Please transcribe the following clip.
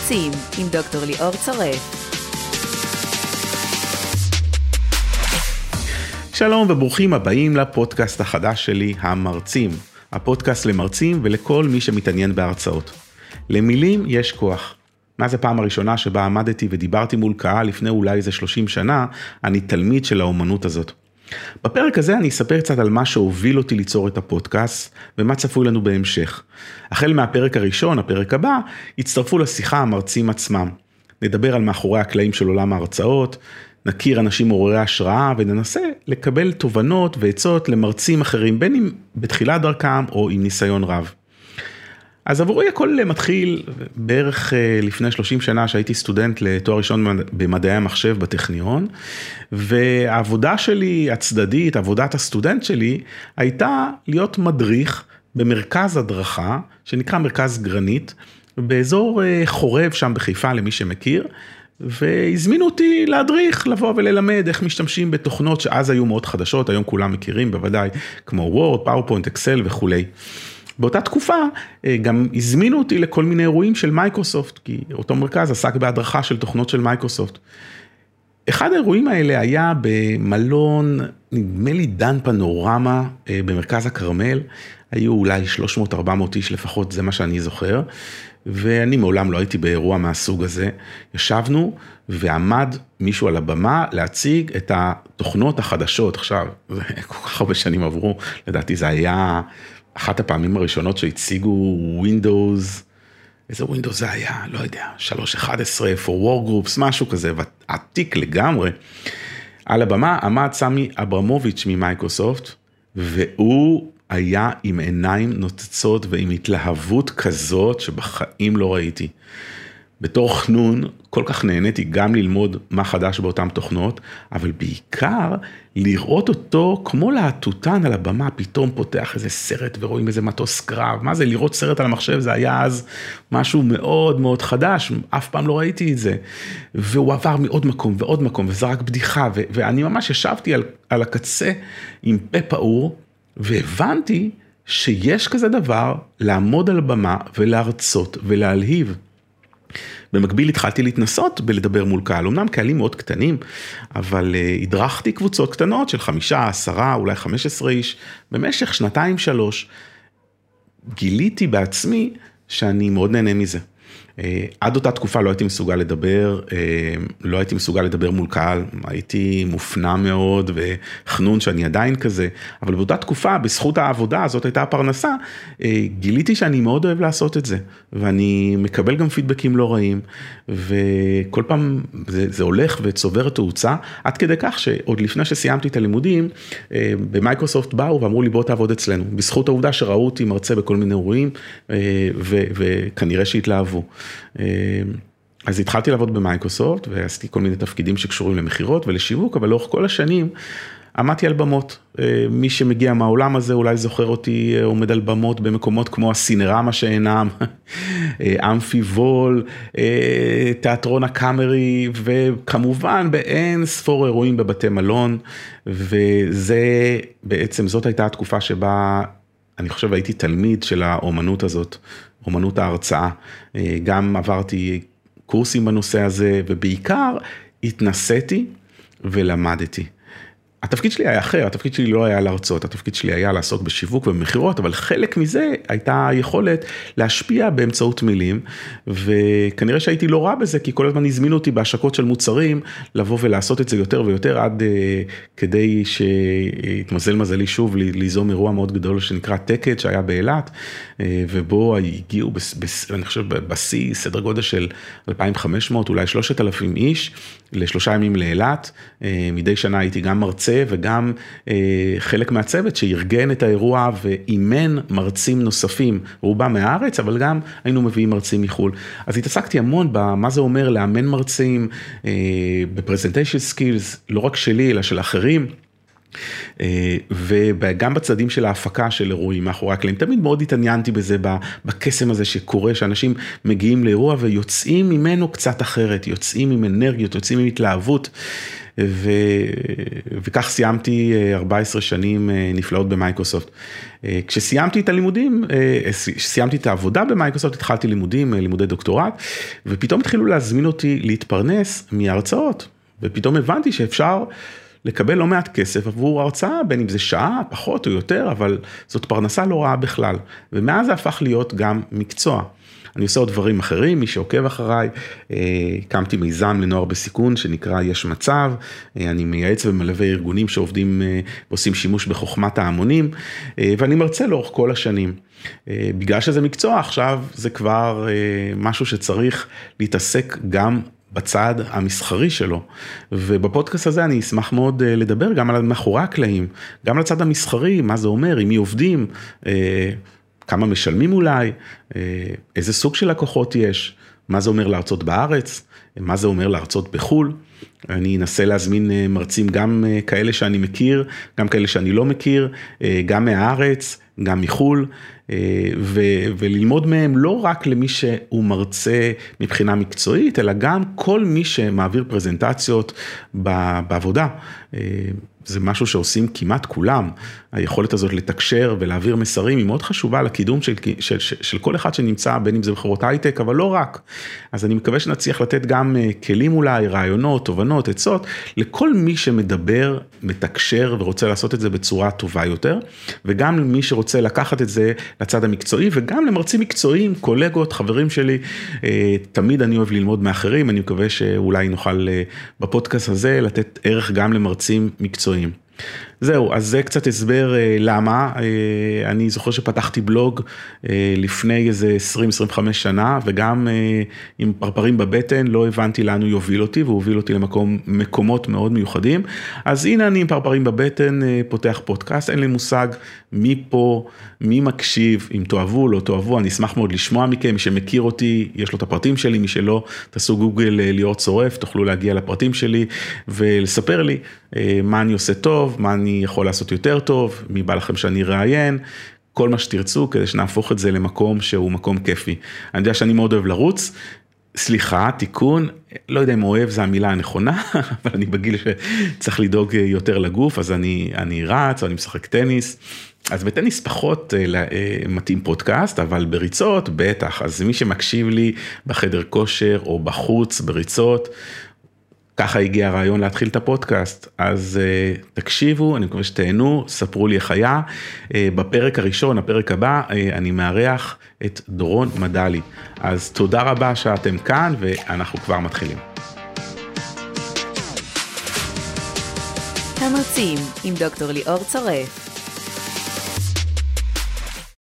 המרצים עם דוקטור ליאור צורף. שלום וברוכים הבאים לפודקאסט החדש שלי, המרצים. הפודקאסט למרצים ולכל מי שמתעניין בהרצאות. למילים יש כוח. מאז הפעם הראשונה שבה עמדתי ודיברתי מול קהל לפני אולי איזה 30 שנה, אני תלמיד של האומנות הזאת. בפרק הזה אני אספר קצת על מה שהוביל אותי ליצור את הפודקאסט, ומה צפוי לנו בהמשך. החל מהפרק הראשון, הפרק הבא, יצטרפו לשיחה המרצים עצמם. נדבר על מאחורי הקלעים של עולם ההרצאות, נכיר אנשים מעוררי השראה, וננסה לקבל תובנות ועצות למרצים אחרים, בין אם בתחילת דרכם או עם ניסיון רב. אז עבורי הכל מתחיל בערך לפני 30 שנה שהייתי סטודנט לתואר ראשון במדעי המחשב בטכניון, והעבודה שלי הצדדית, עבודת הסטודנט שלי, הייתה להיות מדריך במרכז הדרכה, שנקרא מרכז גרנית, באזור חורב שם בחיפה למי שמכיר, והזמינו אותי להדריך, לבוא וללמד איך משתמשים בתוכנות שאז היו מאוד חדשות, היום כולם מכירים בוודאי, כמו וורד, פאורפוינט, אקסל וכולי. באותה תקופה גם הזמינו אותי לכל מיני אירועים של מייקרוסופט, כי אותו מרכז עסק בהדרכה של תוכנות של מייקרוסופט. אחד האירועים האלה היה במלון, נדמה לי דן פנורמה במרכז הכרמל, היו אולי 300-400 איש לפחות, זה מה שאני זוכר, ואני מעולם לא הייתי באירוע מהסוג הזה. ישבנו ועמד מישהו על הבמה להציג את התוכנות החדשות. עכשיו, זה כל כך הרבה שנים עברו, לדעתי זה היה אחת הפעמים הראשונות שהציגו Windows, איזה Windows זה היה? לא יודע, 3.11 for Workgroups, משהו כזה, ועתיק לגמרי. על הבמה עמד סמי אברמוביץ' ממייקרוסופט, והוא היה עם עיניים נוצצות ועם התלהבות כזאת שבחיים לא ראיתי. בתור חנון כל כך נהניתי גם ללמוד מה חדש באותן תוכנות, אבל בעיקר לראות אותו כמו להטוטן על הבמה, פתאום פותח איזה סרט ורואים איזה מטוס קרב. מה זה לראות סרט על המחשב? זה היה אז משהו מאוד מאוד חדש, אף פעם לא ראיתי את זה. והוא עבר מעוד מקום ועוד מקום, וזה רק בדיחה, ואני ממש ישבתי על הקצה עם פה פעור, והבנתי שיש כזה דבר לעמוד על במה ולהרצות ולהלהיב. במקביל התחלתי להתנסות בלדבר מול קהל, אמנם קהלים מאוד קטנים, אבל הדרכתי קבוצות קטנות של 5, 10, אולי 15 איש, במשך 2-3, גיליתי בעצמי שאני מאוד נהנה מזה. עד אותה תקופה לא הייתי מסוגל לדבר מול קהל, הייתי מופנע מאוד וחנון שאני עדיין כזה, אבל באותה תקופה, בזכות העבודה הזאת הייתה הפרנסה, גיליתי שאני מאוד אוהב לעשות את זה, ואני מקבל גם פידבקים לא רעים, וכל פעם זה הולך וצובר תאוצה, עד כדי כך שעוד לפני שסיימתי את הלימודים, במייקרוסופט באו ואמרו לי בוא תעבוד אצלנו, בזכות העובדה שראו אותי מרצה בכל מיני אירועים, וכנראה שהתלהבו. אז התחלתי לעבוד במייקרוסופט, ועשיתי כל מיני תפקידים שקשורים למחירות ולשיווק, אבל לאורך כל השנים עמדתי על במות. מי שמגיע מהעולם הזה אולי זוכר אותי עומד על במות במקומות כמו הסינרמה שאינם, אמפי וול, תיאטרון הקאמרי, וכמובן באין ספור אירועים בבתי מלון, זאת הייתה התקופה שבה אני חושב הייתי תלמיד של האומנות הזאת, אומנות ההרצאה. גם עברתי קורסים בנושא הזה, ובעיקר התנסיתי ולמדתי. התפקיד שלי היה אחר, התפקיד שלי לא היה להרצות, התפקיד שלי היה לעסוק בשיווק ובמחירות, אבל חלק מזה הייתה יכולת להשפיע באמצעות מילים, וכנראה שהייתי לא רע בזה, כי כל הזמן הזמינו אותי בהשקות של מוצרים, לבוא ולעשות את זה יותר ויותר, עד כדי שהתמזל מזלי שוב ליזום אירוע מאוד גדול שנקרא טקט, שהיה באילת, ובו הגיעו, אני חושב, בשיא, סדר גודל של 2,500, אולי 3,000 איש, ל3 ימים לאילת. מדי שנה הייתי גם מרצה וגם חלק מהצוות שארגן את האירוע ואימן מרצים נוספים, רובם מהארץ, אבל גם היינו מביאים מרצים מחול. אז התעסקתי המון במה זה אומר לאמן מרצים, בפרזנטיישן סקילס, לא רק שלי אלא של אחרים, וגם בצדדים של ההפקה של אירועים מאחורי הקלעים, תמיד מאוד התעניינתי בזה, בקסם הזה שקורה, שאנשים מגיעים לאירוע ויוצאים ממנו קצת אחרת, יוצאים עם אנרגיות, יוצאים עם התלהבות, וכך סיימתי 14 שנים נפלאות במייקרוסופט. כשסיימתי את הלימודים, סיימתי את העבודה במייקרוסופט, התחלתי לימודי דוקטורט, ופתאום התחילו להזמין אותי להתפרנס מהרצאות, ופתאום הבנתי שאפשר לקבל לא מעט כסף עבור הרצאה, בין אם זה שעה, פחות או יותר, אבל זאת פרנסה לא רעה בכלל. ומאז זה הפך להיות גם מקצוע. אני עושה עוד דברים אחרים, מי שעוקב אחריי, הקמתי מיזם לנוער בסיכון שנקרא יש מצב, אני מייעץ ומלווה ארגונים שעובדים ועושים שימוש בחוכמת ההמונים, ואני מרצה לאורך כל השנים. בגלל שזה מקצוע עכשיו, זה כבר משהו שצריך להתעסק גם בצד המסחרי שלו, ובפודקאסט הזה אני אשמח מאוד לדבר גם על מאחורי הקלעים, גם על הצד המסחרי, מה זה אומר, עם מי עובדים, כמה משלמים אולי, איזה סוג של לקוחות יש, מה זה אומר להרצות בארץ, מה זה אומר להרצות בחול. אני אנסה להזמין מרצים גם כאלה שאני מכיר, גם כאלה שאני לא מכיר, גם מהארץ, גם מחול, וללמוד מהם לא רק למי שהוא מרצה מבחינה מקצועית, אלא גם כל מי שמעביר פרזנטציות בעבודה. זה משהו שעושים כמעט כולם. היכולת הזאת לתקשר ולהעביר מסרים היא מאוד חשובה לקידום של כל אחד שנמצא, בין אם זה בחברות הייטק, אבל לא רק. אז אני מקווה שנצליח לתת גם כלים אולי, רעיונות, תובנות, עצות, לכל מי שמדבר, מתקשר ורוצה לעשות את זה בצורה טובה יותר, וגם למי שרוצה לקחת את זה לצד המקצועי, וגם למרצים מקצועיים, קולגות, חברים שלי, תמיד אני אוהב ללמוד מאחרים, אני מקווה שאולי נוכל בפודקאסט הזה לתת ערך גם למרצים מקצועיים. זהו, אז זה קצת הסבר למה. אני זוכר שפתחתי בלוג לפני איזה 20-25 שנה, וגם עם פרפרים בבטן לא הבנתי לאן הוא יוביל אותי, והוא הוביל אותי למקומות מאוד מיוחדים. אז הנה אני עם פרפרים בבטן פותח פודקאסט, אין לי מושג מי פה, מי מקשיב, אם תאהבו, לא תאהבו, אני אשמח מאוד לשמוע מכם, מי שמכיר אותי, יש לו את הפרטים שלי, מי שלא, תעשו גוגל ליאור צורף, תוכלו להגיע לפרטים שלי, ולספר לי מה אני עושה טוב, מה אני יכול לעשות יותר טוב, מי בא לכם שאני ראיין, כל מה שתרצו, כדי שנהפוך את זה למקום שהוא מקום כיפי. אני יודע שאני מאוד אוהב לרוץ, סליחה, תיקון, לא יודע אם אוהב זה המילה הנכונה, אבל אני בגיל שצריך לדאוג יותר לגוף, אז אני רץ, אני משחק טניס, אז בטניס פחות מתאים פודקאסט, אבל בריצות בטח, אז מי שמקשיב לי בחדר כושר או בחוץ בריצות, ככה הגיע הרעיון להתחיל את הפודקאסט, אז תקשיבו, אני מקווה שתהנו, ספרו לי איך היה. בפרק הראשון, הפרק הבא, אני מארח את דורון מדלי. אז תודה רבה שאתם כאן, ואנחנו כבר מתחילים. המרצים עם דוקטור ליאור צורף.